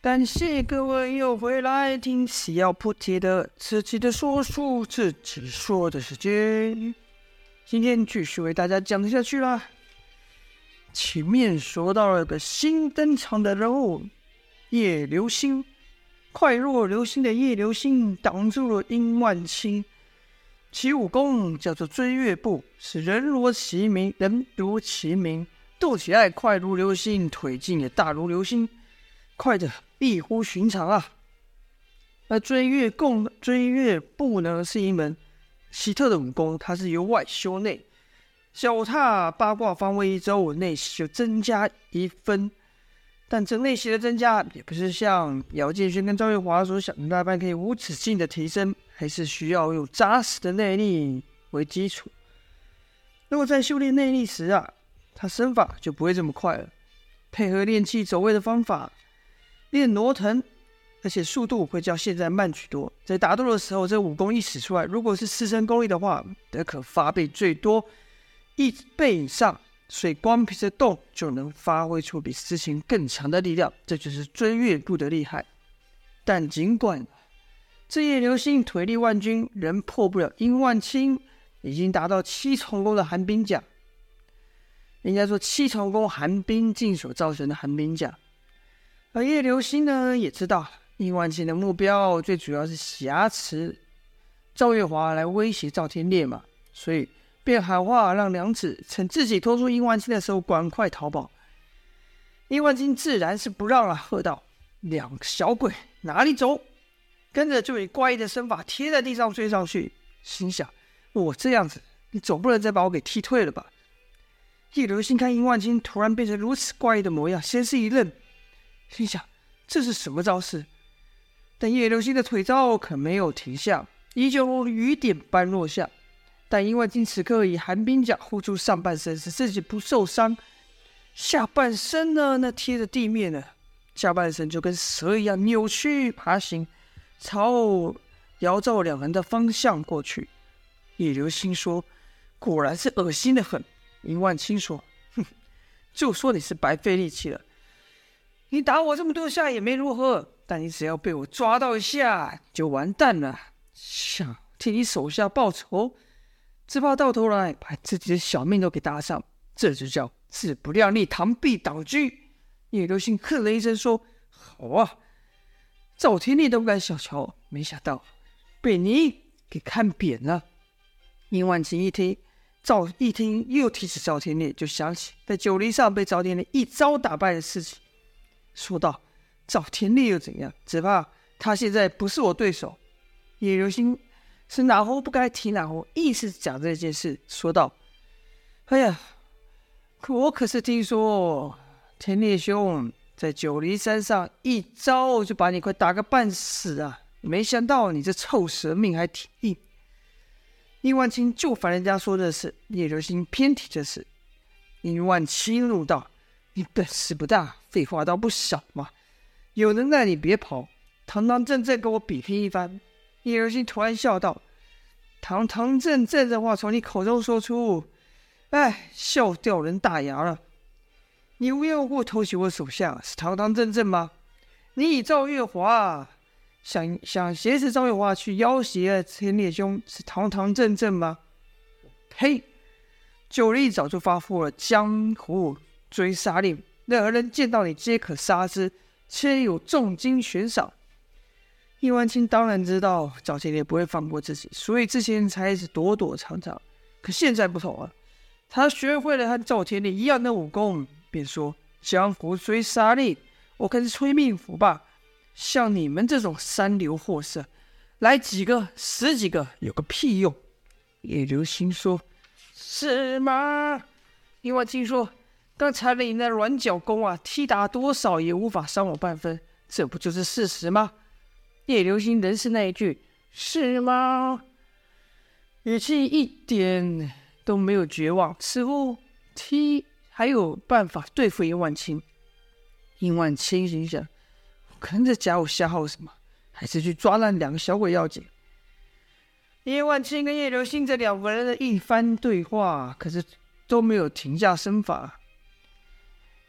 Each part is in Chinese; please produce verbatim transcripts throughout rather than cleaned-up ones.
感谢各位又回来听喜要破解的自己的说书自己说的时间。今天继续为大家讲下去啦。前面说到了个新登场的人物叶流星，快若流星的叶流星挡住了殷万青，其武功叫做追月步，是人如其名，人如其名，斗起来快如流星，腿劲也大如流星，快的异乎寻常啊！而追月共追月步呢，是一门奇特的武功，它是由外修内，脚踏八卦方位一周，内息就增加一分。但这内息的增加，也不是像姚建轩跟赵月华所想的那般可以无止境的提升，还是需要有扎实的内力为基础。如果在修炼内力时啊，他身法就不会这么快了，配合练气走位的方法。练挪腾，而且速度会较现在慢许多。在打斗的时候，这武功一使出来，如果是四身功力的话，则可发挥最多一倍以上，所以光凭着动就能发挥出比之前更强的力量，这就是追月步的厉害。但尽管这叶流星腿力万钧，仍破不了殷万青已经达到七重功的寒冰甲，应该说七重功寒冰镜所造成的寒冰甲。而叶流星呢，也知道殷万青的目标最主要是挟持赵月华来威胁赵天烈嘛，所以便喊话让娘子趁自己拖住殷万青的时候赶快逃跑。殷万青自然是不让了，喝道：“两个小鬼哪里走？”跟着就以怪异的身法贴在地上追上去，心想：我这样子，你总不能再把我给踢退了吧？叶流星看殷万青突然变成如此怪异的模样，先是一愣。心想这是什么招式？但叶流星的腿招可没有停下，依旧如雨点般落下。但殷万青此刻以寒冰甲护住上半身，使自己不受伤，下半身呢，那贴着地面呢，下半身就跟蛇一样扭曲爬行，朝姚赵两人的方向过去。叶流星说：“果然是恶心的很。”殷万青说：“哼，就说你是白费力气了。你打我这么多下也没如何，但你只要被我抓到一下就完蛋了。想替你手下报仇，只怕到头来把自己的小命都给搭上，这就叫自不量力，螳臂挡车。”叶流星哼了一声说：“好啊，赵天烈都不敢小瞧，没想到被你给看扁了。”殷万青一听赵一听又提起赵天烈，就想起在九黎上被赵天烈一招打败的事情，说道：“赵天烈又怎样？只怕他现在不是我对手。”叶流星是哪壶不该提哪壶，硬是讲这件事，说道：“哎呀，可我可是听说天烈兄在九黎山上一招就把你快打个半死啊！没想到你这臭蛇命还挺硬。”殷万青就烦人家说这事，叶流星偏提这事。殷万青怒道：“你本事不大，废话倒不少嘛！有能耐你别跑，堂堂正正跟我比拼一番。”叶流星突然笑道：“堂堂正正的话从你口中说出，哎，笑掉人大牙了。你无缘无故偷袭我手下，是堂堂正正吗？你以赵月华想想挟持赵月华去要挟天烈兄，是堂堂正正吗？呸！九黎早就发布了江湖追杀令，任何人见到你皆可杀之，且有重金悬赏。”殷万青当然知道赵天烈不会放过自己，所以之前才是躲躲藏藏。可现在不同了，他学会了和赵天烈一样的武功，便说：“江湖追杀令，我可是催命符吧？像你们这种三流货色，来几个十几个有个屁用？”叶流星说：“是吗？”殷万青说：“刚才你那软脚功啊，踢打多少也无法伤我半分，这不就是事实吗？”叶流星仍是那一句：“是吗？”语气一点都没有绝望，似乎踢还有办法对付殷万青。殷万青心想：跟这家伙瞎耗什么？还是去抓那两个小鬼要紧。叶万青跟叶流星这两个人的一番对话，可是都没有停下身法。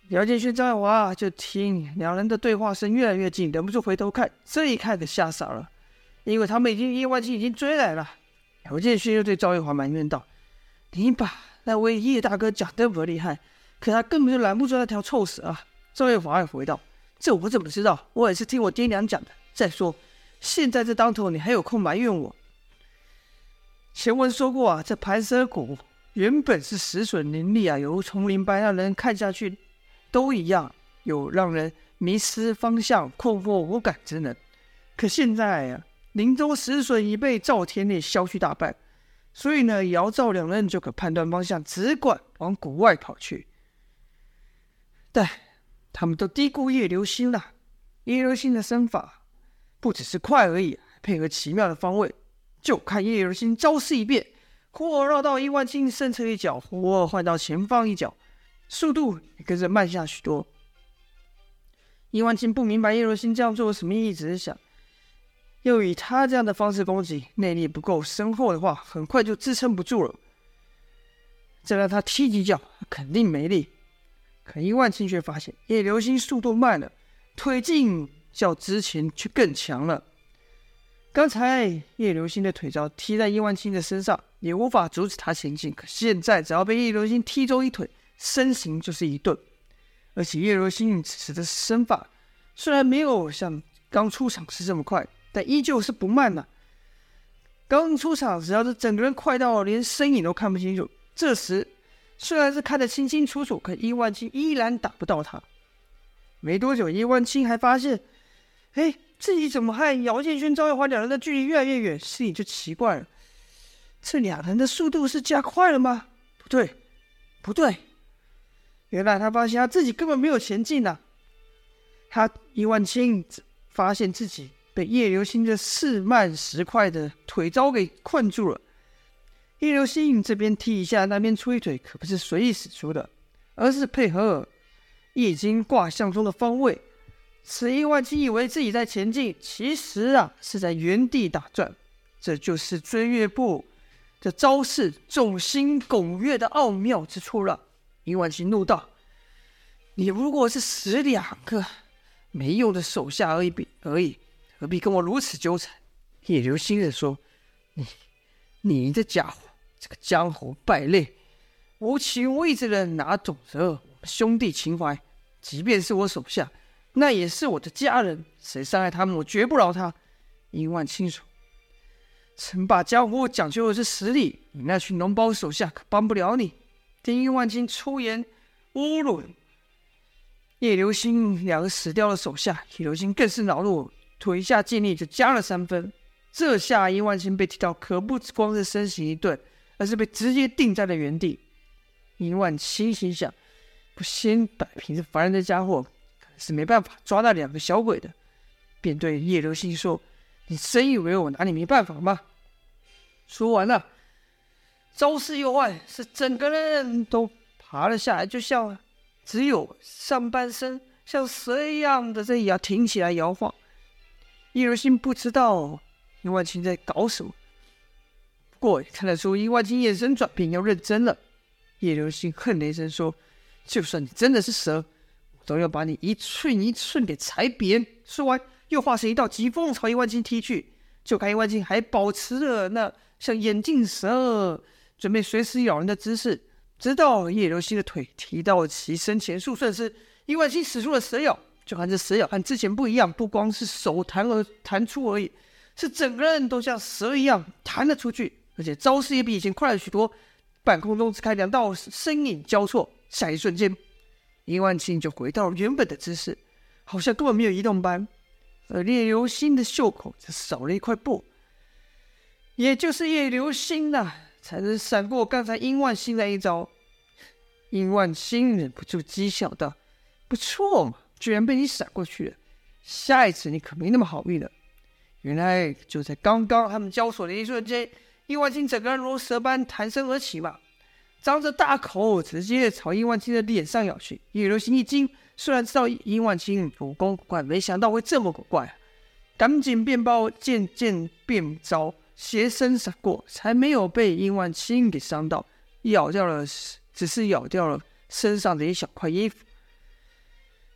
姚建勋、张爱华就听两人的对话声越来越近，忍不住回头看，这一看可吓傻了，因为他们已经叶万青已经追来了。姚建勋又对赵月华埋怨道：“你把那位叶大哥讲得不厉害，可他根本就拦不住那条臭蛇啊！”赵月华也回道：“这我怎么知道？我也是听我爹娘讲的。再说，现在这当头，你还有空埋怨我？前文说过啊，这盘蛇谷原本是石笋林立啊，有丛林般，让人看下去都一样，有让人迷失方向、困惑无感之能。可现在啊，林中石笋已被赵天烈削去大半，所以呢，姚赵两人就可判断方向，只管往谷外跑去。但他们都低估叶流星了。叶流星的身法不只是快而已，配合奇妙的方位，就看叶流星招式一变，忽而绕到伊万青身侧一脚，忽而换到前方一脚，速度也跟着慢下许多。伊万青不明白叶流星这样做有什么意义，只是想，又以他这样的方式攻击，内力不够深厚的话，很快就支撑不住了。再让他踢几脚，肯定没力。可伊万青却发现叶流星速度慢了，腿劲较之前却更强了。刚才叶流星的腿招踢在叶万青的身上，也无法阻止他前进。可现在只要被叶流星踢中一腿，身形就是一顿。而且叶流星此时的身法虽然没有像刚出场时这么快，但依旧是不慢了、啊。刚出场时，要是整个人快到连身影都看不清楚，这时虽然是看得清清楚楚，可伊万青依然打不到他。没多久，伊万青还发现，哎，自己怎么和姚建勋、赵月华两人的距离越来越远，心里就奇怪了。这两人的速度是加快了吗？不对，不对，原来他发现他自己根本没有前进啊！他伊万青发现自己被叶流星的时慢时快的腿招给困住了。叶流星这边踢一下，那边出一腿，可不是随意使出的，而是配合易经卦象中的方位。此伊万青以为自己在前进，其实啊是在原地打转。这就是追月步的招式众星拱月的奥妙之处了。伊万青怒道：“你如果是死两个没用的手下而已，而已，何必跟我如此纠缠？”叶流星人说：“你，你这家伙，这个江湖败类，无情无义之人哪懂得我们兄弟情怀？即便是我手下，那也是我的家人，谁伤害他们，我绝不饶他。”伊万青说：“称霸江湖讲究的是实力，你那群脓包手下可帮不了你。”听伊万青出言侮辱叶流星两个死掉的手下，叶流星更是恼怒，腿下劲力就加了三分。这下伊万青被踢到，可不光是身形一顿，而是被直接定在了原地。伊万青心想，不先摆平这烦人的家伙，可能是没办法抓那两个小鬼的，便对叶流星说：“你真以为我拿你没办法吗？”说完了，招式又换，是整个人都爬了下来，就像只有上半身像蛇一样的在摇挺起来摇晃。叶流星不知道伊万青在搞什么，不过也看得出伊万青眼神转变，要认真了。叶流星恨了一声说：“就算你真的是蛇，我都要把你一寸一寸给踩扁。”说完又化成一道疾风朝伊万青踢去。就看伊万青还保持着那像眼镜蛇准备随时咬人的姿势，直到叶流星的腿踢到其身前数寸时，伊万青使出了蛇咬。就看这蛇咬和之前不一样，不光是手弹而弹出而已，是整个人都像蛇一样弹了出去，而且招式也比以前快了许多。半空中只看两道身影交错，下一瞬间，伊万青就回到了原本的姿势，好像根本没有移动般。而叶流星的袖口则少了一块布，也就是叶流星呐、啊，才能闪过刚才殷万星的一招。殷万星忍不住讥笑道：“不错嘛，居然被你闪过去了，下一次你可没那么好运了。”原来就在刚刚他们交手的一瞬间，殷万青整个人如蛇般弹身而起嘛，张着大口直接朝殷万青的脸上咬去。叶流星一惊，虽然知道殷万青武功古怪，没想到会这么古怪、啊，赶紧便包渐渐变招，斜身闪过，才没有被殷万青给伤到，咬掉了，只是咬掉了身上的一小块衣服。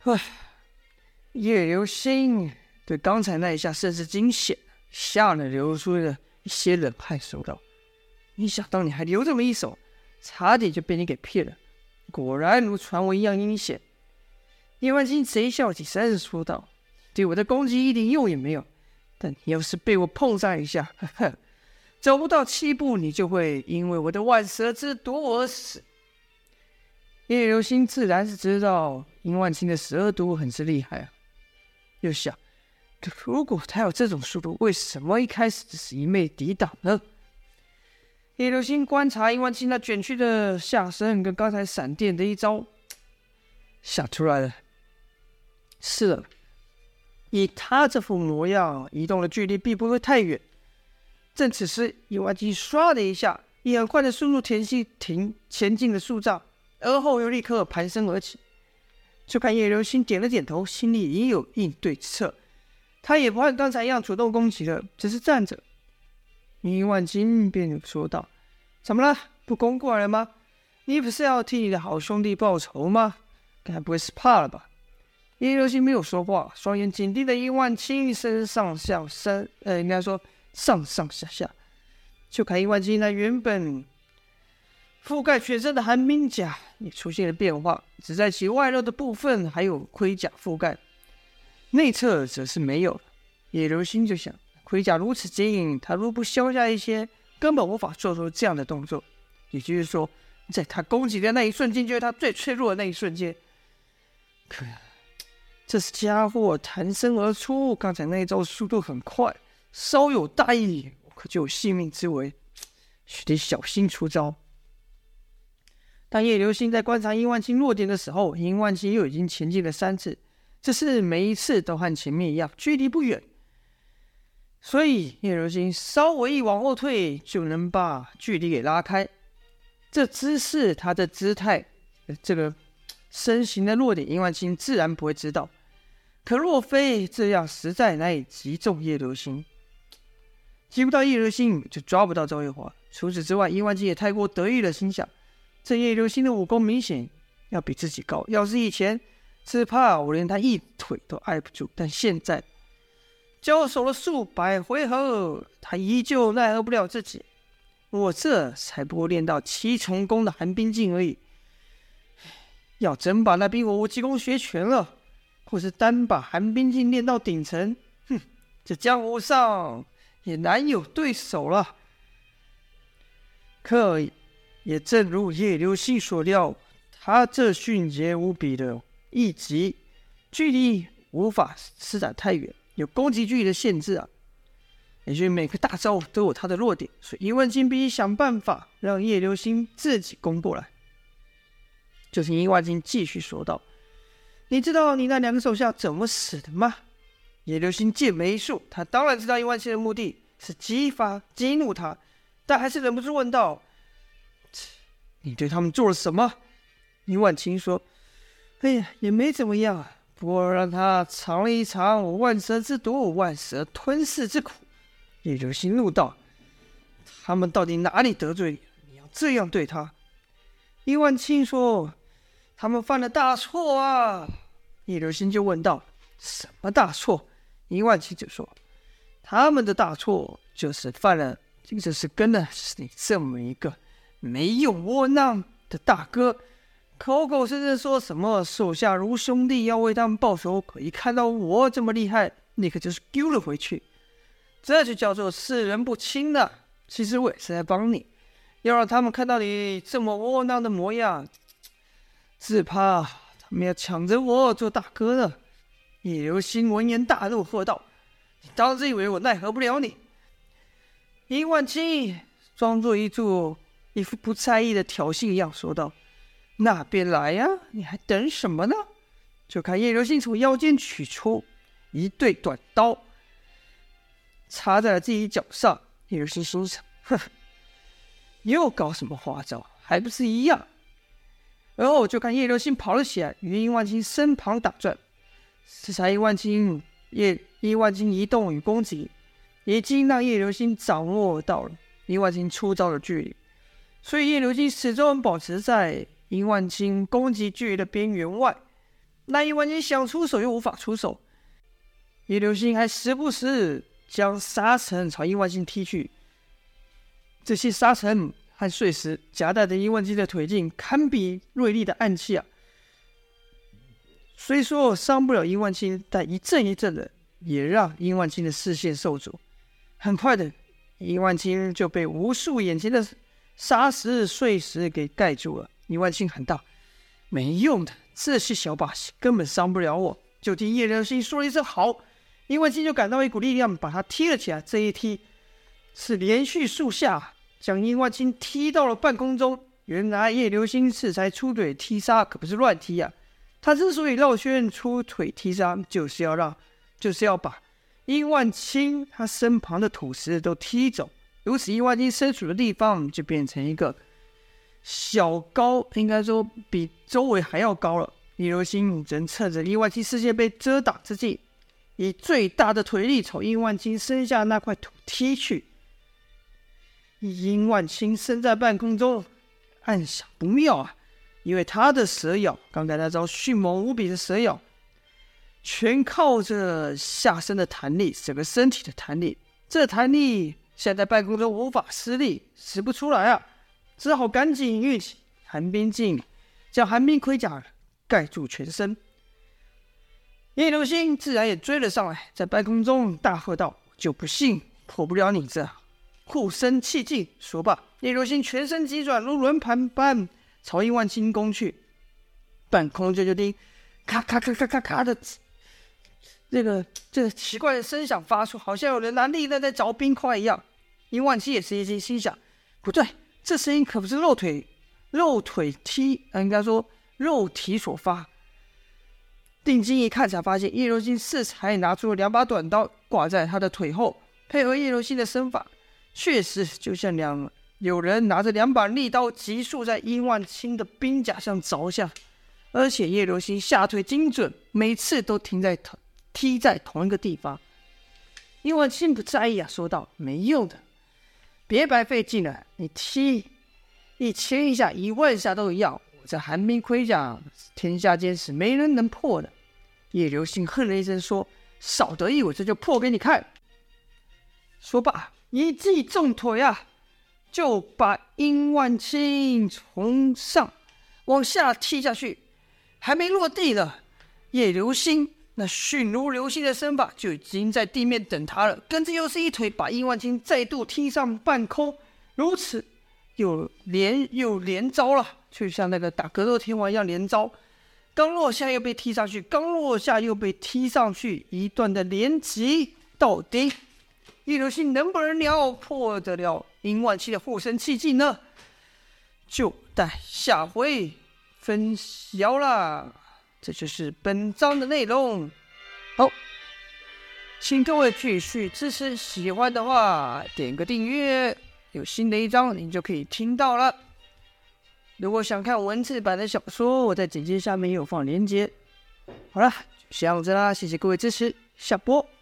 唉，叶流星对刚才那一下甚是惊险，吓得流出了一些冷汗，说道：“没想到你还留这么一手，差点就被你给骗了，果然如传闻一样阴险。”叶万金贼笑几声说道：“对我的攻击一点用也没有，但你要是被我碰上一下，呵呵，走不到七步，你就会因为我的万蛇之毒而死。”叶流星自然是知道殷万青的蛇毒很是厉害啊，又想，如果他有这种速度，为什么一开始只是一昧抵挡呢？叶流星观察殷万青那卷曲的下身跟刚才闪电的一招，想出来了。是了，以他这副模样，移动的距离并不会太远。正此时，殷万青唰的一下，以很快的速度前进停前进的数丈，而后又立刻盘身而起。就看叶流星点了点头，心里已有应对之策。他也不和刚才一样主动攻击了，只是站着。殷万金便说道：“怎么了？不攻过来了吗？你不是要替你的好兄弟报仇吗？该不会是怕了吧？”叶流星没有说话，双眼紧盯着殷万金身上下身，呃，应该说上上下下。就看殷万金那原本覆盖全身的寒冰甲也出现了变化，只在其外露的部分还有盔甲覆盖，内侧则是没有了。叶流星就想，盔甲如此坚硬，他如不削下一些，根本无法做出这样的动作。也就是说，在他攻击的那一瞬间，就是他最脆弱的那一瞬间。可这是家伙弹身而出，刚才那一招速度很快，稍有大意，我可就有性命之危，须得小心出招。当叶流星在观察殷万青落点的时候，殷万青又已经前进了三次，只是每一次都和前面一样，距离不远，所以叶流星稍微一往后退，就能把距离给拉开。这姿势，他的姿态，这个身形的落点，殷万青自然不会知道。可若非这样，实在难以击中叶流星。击不到叶流星，就抓不到赵月华。除此之外，殷万青也太过得意了，心想：这叶流星的武功明显要比自己高，要是以前，只怕我连他一腿都挨不住。但现在交手了数百回合，他依旧奈何不了自己。我这才不过练到七重功的寒冰劲而已，要真把那冰火无极功学全了，或是单把寒冰劲练到顶层，哼，这江湖上也难有对手了。可也正如叶流星所料，他这迅捷无比的一击，距离无法施展太远，有攻击距离的限制啊。也就是每个大招都有他的弱点，所以殷万金必须想办法让叶流星自己攻过来。就听殷万金继续说道：“你知道你那两个手下怎么死的吗？”叶流星剑眉一竖，他当然知道殷万金的目的是激发激怒他，但还是忍不住问道：“你对他们做了什么？”殷万金说：“哎呀，也没怎么样啊，不过让他尝了一尝我万蛇之毒、万蛇吞噬之苦。”叶流星怒道：“他们到底哪里得罪你？你要这样对他？”殷万青说：“他们犯了大错啊！”叶流星就问道：“什么大错？”殷万青就说：“他们的大错就是犯了，就是跟了你这么一个没用窝囊的大哥，口口声声说什么手下如兄弟，要为他们报仇，可一看到我这么厉害，立刻就是丢了回去。这就叫做视人不清了。其实我也是在帮你，要让他们看到你这么窝囊的模样，只怕他们要抢着我做大哥了。”叶流星闻言大怒，喝道：“你当真以为我奈何不了你？”殷万青装作一副一副不在意的挑衅一样说道：“那边来呀、啊，你还等什么呢？”就看叶流星从腰间取出一对短刀，插在了自己脚上。叶流星心想：“哼，又搞什么花招，还不是一样？”而后就看叶流星跑了起来，于殷万青身旁打转。这才殷万青叶殷万青移动与攻击，已经让叶流星掌握到了殷万青出招的距离，所以叶流星始终保持在殷万青攻击距离的边缘外。 那叶万金想出手又无法出手，叶流星还时不时将沙尘朝叶万金踢去。这些沙尘和碎石夹带着叶万金的腿劲，堪比锐利的暗器啊！虽说伤不了叶万金，但一阵一阵的，也让叶万金的视线受阻。很快的，叶万金就被无数眼前的沙石碎石给盖住了。叶万金喊道：“没用的，这些小把戏根本伤不了我。”就听叶流星说了一声“好”，叶万金就感到一股力量把他踢了起来。这一踢是连续数下，将叶万金踢到了半空中。原来叶流星是才出腿踢沙，可不是乱踢啊！他之所以绕圈出腿踢沙，就是要让，就是要把叶万金他身旁的土石都踢走。如此，叶万金身处的地方就变成一个小高，应该说比周围还要高了。叶流星正趁着叶万金视线被遮挡之际，以最大的腿力朝叶万金身下那块土踢去。叶万金身在半空中，暗想不妙啊！因为他的蛇咬，刚才那招迅猛无比的蛇咬，全靠着下身的弹力，整个身体的弹力。这弹力现在半空中无法施力，使不出来啊，只好赶紧运起寒冰镜，将寒冰盔甲盖住全身。叶流星自然也追了上来，在半空中大喝道：“就不信破不了你这护身气劲！”说罢，叶流星全身急转，如轮盘般朝叶万金攻去。半空就就听咔咔咔咔咔咔的这个这个奇怪的声响发出，好像有人拿利刃在凿冰块一样。叶万金也是一心想：不对，这声音可不是肉腿肉腿踢，应该说肉体所发。定睛一看，才发现叶流星适才拿出了两把短刀挂在他的腿后，配合叶流星的身法，确实就像两有人拿着两把利刀急速在叶万金的兵甲上凿下。而且叶流星下腿精准，每次都停在踢在同一个地方。叶万金不在意啊，说道：“没用的，别白费劲了，你踢一千一下、一万下都一样。我这寒冰盔甲，天下间是没人能破的。”叶流星哼了一声说：“少得意，我这就破给你看。”说罢，一记重腿啊，就把殷万金从上往下踢下去。还没落地呢，叶流星那迅如流星的身法就已经在地面等他了，跟着又是一腿把殷万金再度踢上半空。如此又连又连招了，就像那个打格斗天王一样连招，刚落下又被踢上去，刚落下又被踢上去，一段的连击到底。叶流星能不能撩破得了殷万金的护身气劲呢？就待下回分晓啦。这就是本章的内容。好，请各位继续支持，喜欢的话点个订阅，有新的一章您就可以听到了。如果想看文字版的小说，我在简介下面有放连结。好了，就这样子啦，谢谢各位支持，下播。